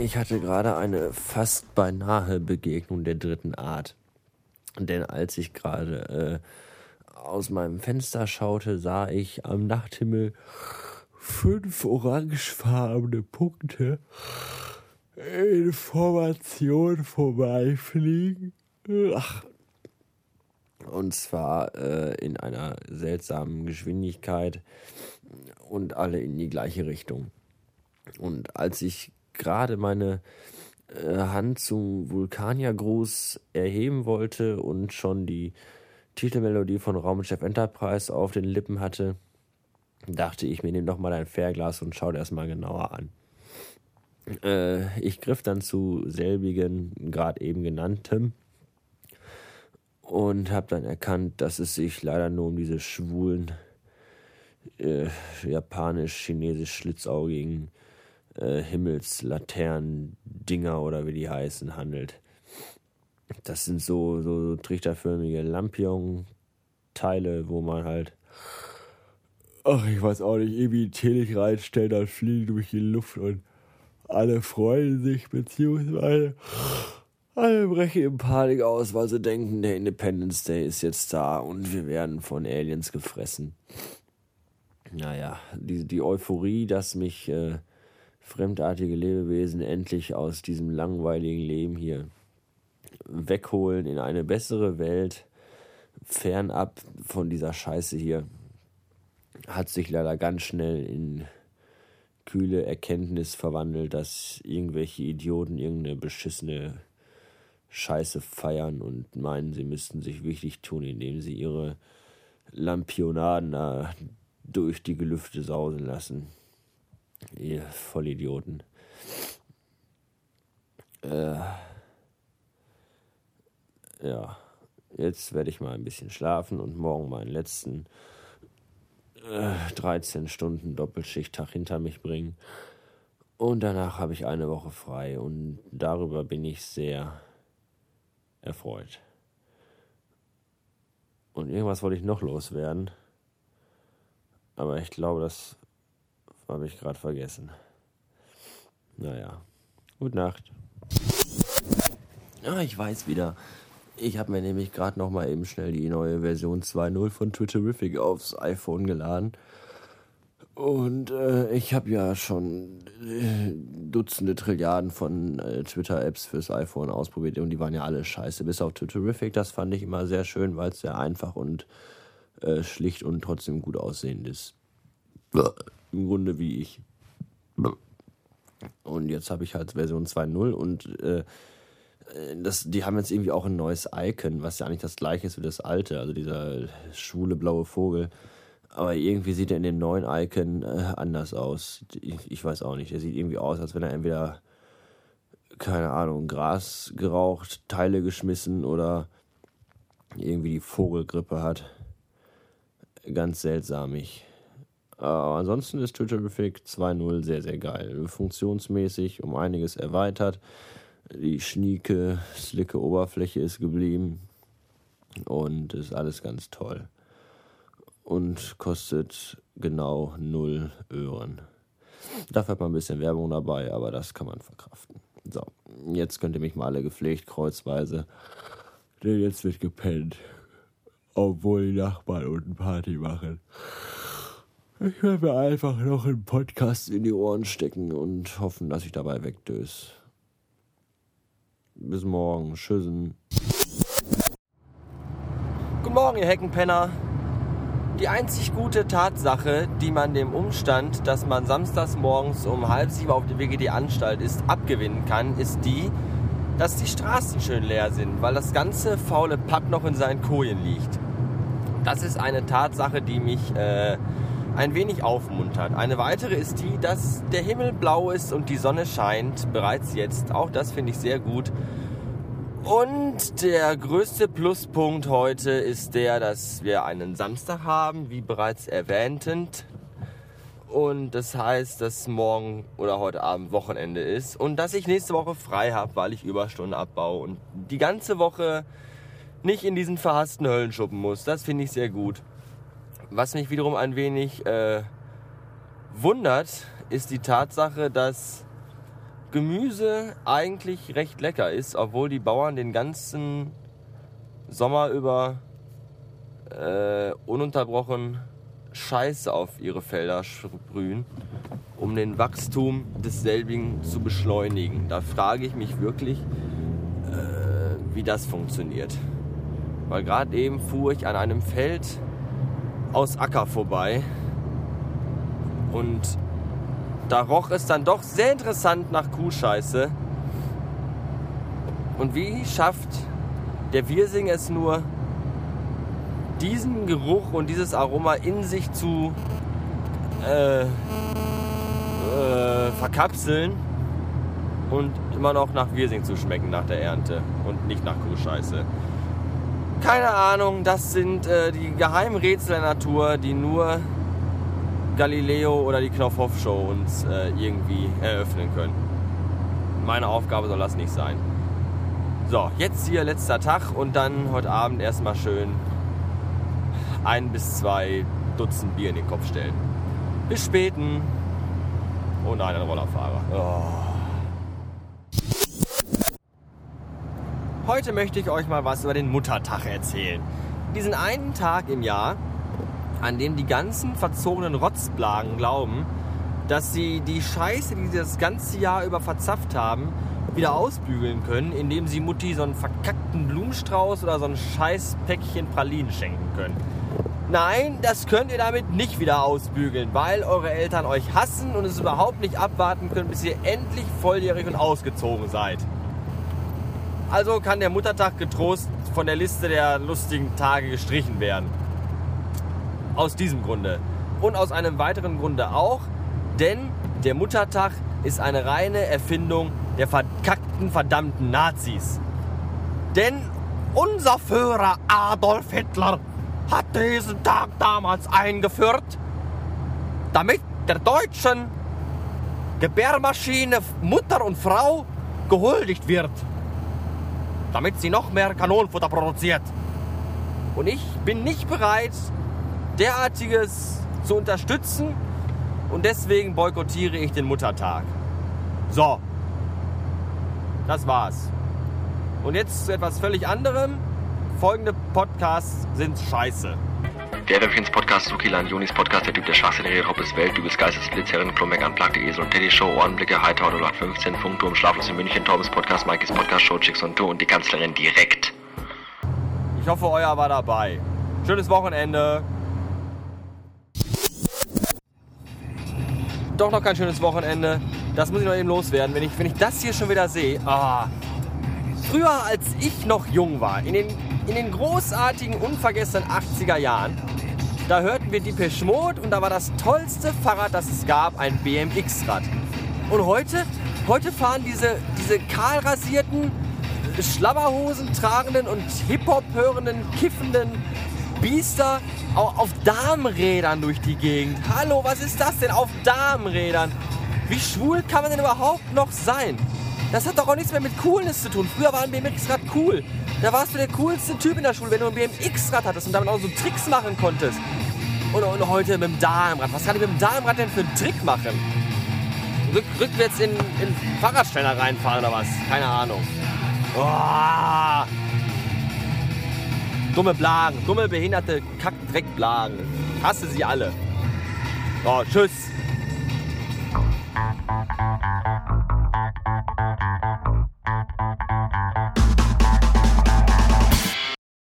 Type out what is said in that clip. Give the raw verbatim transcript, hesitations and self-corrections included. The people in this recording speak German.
Ich hatte gerade eine fast beinahe Begegnung der dritten Art. Denn als ich gerade äh, aus meinem Fenster schaute, sah ich am Nachthimmel fünf orangefarbene Punkte in Formation vorbeifliegen. Ach. Und zwar äh, in einer seltsamen Geschwindigkeit und alle in die gleiche Richtung. Und als ich gerade meine äh, Hand zum Vulkaniergruß erheben wollte und schon die Titelmelodie von Raumschiff Enterprise auf den Lippen hatte, dachte ich mir, nimm doch mal ein Fernglas und schau dir das mal genauer an. Äh, ich griff dann zu selbigen, gerade eben genanntem, und habe dann erkannt, dass es sich leider nur um diese schwulen, äh, japanisch-chinesisch schlitzaugigen äh, Himmelslaternen-Dinger oder wie die heißen handelt. Das sind so, so trichterförmige Lampion-Teile, wo man halt, ach, ich weiß auch nicht, irgendwie Teelicht reinstellen, dann fliegen durch die Luft und alle freuen sich, beziehungsweise alle brechen in Panik aus, weil sie denken, der Independence Day ist jetzt da und wir werden von Aliens gefressen. Naja, die, die Euphorie, dass mich äh, fremdartige Lebewesen endlich aus diesem langweiligen Leben hier wegholen in eine bessere Welt, fernab von dieser Scheiße hier, hat sich leider ganz schnell in kühle Erkenntnis verwandelt, dass irgendwelche Idioten irgendeine beschissene Scheiße feiern und meinen, sie müssten sich wichtig tun, indem sie ihre Lampionaden da durch die Gelüfte sausen lassen. Ihr Vollidioten. Äh, ja, jetzt werde ich mal ein bisschen schlafen und morgen meinen letzten äh, dreizehn Stunden Doppelschichttag hinter mich bringen. Und danach habe ich eine Woche frei und darüber bin ich sehr erfreut. Und irgendwas wollte ich noch loswerden. Aber ich glaube, das habe ich gerade vergessen. Naja, gute Nacht. Ah, ich weiß wieder. Ich habe mir nämlich gerade noch mal eben schnell die neue Version zwei Punkt null von Twitterific aufs iPhone geladen. Und äh, ich habe ja schon äh, Dutzende Trilliarden von äh, Twitter-Apps fürs iPhone ausprobiert und die waren ja alle scheiße. Bis auf Twitterific, das fand ich immer sehr schön, weil es sehr einfach und äh, schlicht und trotzdem gut aussehend ist. Im Grunde wie ich. Und jetzt habe ich halt Version zwei Punkt null und äh, das, die haben jetzt irgendwie auch ein neues Icon, was ja eigentlich das gleiche ist wie das alte, also dieser schwule blaue Vogel. Aber irgendwie sieht er in dem neuen Icon äh, anders aus. Ich, ich weiß auch nicht. Er sieht irgendwie aus, als wenn er entweder, keine Ahnung, Gras geraucht, Teile geschmissen oder irgendwie die Vogelgrippe hat. Ganz seltsamig. Aber ansonsten ist Twitterific zwei Punkt null sehr, sehr geil. Funktionsmäßig um einiges erweitert. Die schnieke, slicke Oberfläche ist geblieben. Und ist alles ganz toll. Und kostet genau null Ören. Dafür hat man ein bisschen Werbung dabei, aber das kann man verkraften. So, jetzt könnt ihr mich mal alle gepflegt kreuzweise, denn jetzt wird gepennt, obwohl die Nachbarn unten Party machen. Ich werde mir einfach noch einen Podcast in die Ohren stecken und hoffen, dass ich dabei wegdöse. Bis morgen. Tschüssen. Guten Morgen, ihr Heckenpenner. Die einzig gute Tatsache, die man dem Umstand, dass man samstags morgens um halb sieben auf der W G D-Anstalt ist, abgewinnen kann, ist die, dass die Straßen schön leer sind, weil das ganze faule Pack noch in seinen Kojen liegt. Das ist eine Tatsache, die mich äh, ein wenig aufmuntert. Eine weitere ist die, dass der Himmel blau ist und die Sonne scheint, bereits jetzt. Auch das finde ich sehr gut. Und der größte Pluspunkt heute ist der, dass wir einen Samstag haben, wie bereits erwähntend. Und das heißt, dass morgen oder heute Abend Wochenende ist. Und dass ich nächste Woche frei habe, weil ich Überstunden abbaue. Und die ganze Woche nicht in diesen verhassten Höllenschuppen muss. Das finde ich sehr gut. Was mich wiederum ein wenig äh, wundert, ist die Tatsache, dass Gemüse eigentlich recht lecker ist, obwohl die Bauern den ganzen Sommer über äh, ununterbrochen Scheiße auf ihre Felder sprühen, um den Wachstum desselbigen zu beschleunigen. Da frage ich mich wirklich, äh, wie das funktioniert. Weil gerade eben fuhr ich an einem Feld aus Acker vorbei und da roch es dann doch sehr interessant nach Kuhscheiße. Und wie schafft der Wirsing es nur, diesen Geruch und dieses Aroma in sich zu äh, äh, verkapseln und immer noch nach Wirsing zu schmecken nach der Ernte und nicht nach Kuhscheiße? Keine Ahnung, das sind äh, die geheimen Rätsel der Natur, die nur Galileo oder die Knopfhoff-Show uns äh, irgendwie eröffnen können. Meine Aufgabe soll das nicht sein. So, jetzt hier letzter Tag und dann heute Abend erstmal schön ein bis zwei Dutzend Bier in den Kopf stellen. Bis späten. Oh nein, ein Rollerfahrer. Oh. Heute möchte ich euch mal was über den Muttertag erzählen. Diesen einen Tag im Jahr, an dem die ganzen verzogenen Rotzblagen glauben, dass sie die Scheiße, die sie das ganze Jahr über verzapft haben, wieder ausbügeln können, indem sie Mutti so einen verkackten Blumenstrauß oder so ein scheiß Päckchen Pralinen schenken können. Nein, das könnt ihr damit nicht wieder ausbügeln, weil eure Eltern euch hassen und es überhaupt nicht abwarten können, bis ihr endlich volljährig und ausgezogen seid. Also kann der Muttertag getrost von der Liste der lustigen Tage gestrichen werden. Aus diesem Grunde. Und aus einem weiteren Grunde auch, denn der Muttertag ist eine reine Erfindung der verkackten, verdammten Nazis. Denn unser Führer Adolf Hitler hat diesen Tag damals eingeführt, damit der deutschen Gebärmaschine Mutter und Frau gehuldigt wird. Damit sie noch mehr Kanonenfutter produziert. Und ich bin nicht bereit, derartiges zu unterstützen und deswegen boykottiere ich den Muttertag. So, das war's. Und jetzt zu etwas völlig anderem. Folgende Podcasts sind scheiße. Der Webchens Podcast, Sukilan, Jonis Podcast, der Typ der Schwachsinn, der Hop ist Welt, Dübels Geistes, Blitzherrin, Klumbeck, Unplugged, Esel und Teddy Show, Ohrenblicke, Hightower null acht fünfzehn, Funkturm, Schlaflos in München, Torbes Podcast, Mikeys Podcast, Show, Chicks und Du und die Kanzlerin direkt. Ich hoffe, euer war dabei. Schönes Wochenende. Doch noch kein schönes Wochenende. Das muss ich noch eben loswerden. Wenn ich, wenn ich das hier schon wieder sehe. Ah. Früher, als ich noch jung war, in den, in den großartigen, unvergessenen achtziger Jahren, da hörten wir Depeche Mode und da war das tollste Fahrrad, das es gab, ein B M X-Rad. Und heute, heute fahren diese, diese kahlrasierten, Schlabberhosen tragenden und Hip-Hop hörenden, kiffenden Biester auf Damenrädern durch die Gegend. Hallo, was ist das denn auf Damenrädern? Wie schwul kann man denn überhaupt noch sein? Das hat doch auch nichts mehr mit Coolness zu tun. Früher war ein B M X-Rad cool. Da warst du der coolste Typ in der Schule, wenn du ein B M X-Rad hattest und damit auch so Tricks machen konntest. Und, und heute mit dem Damenrad. Was kann ich mit dem Damenrad denn für einen Trick machen? Rück, rückwärts in, in Fahrradständer reinfahren oder was? Keine Ahnung. Oh. Dumme Blagen, dumme, behinderte Kack-Dreckblagen. Hasse sie alle. So, tschüss.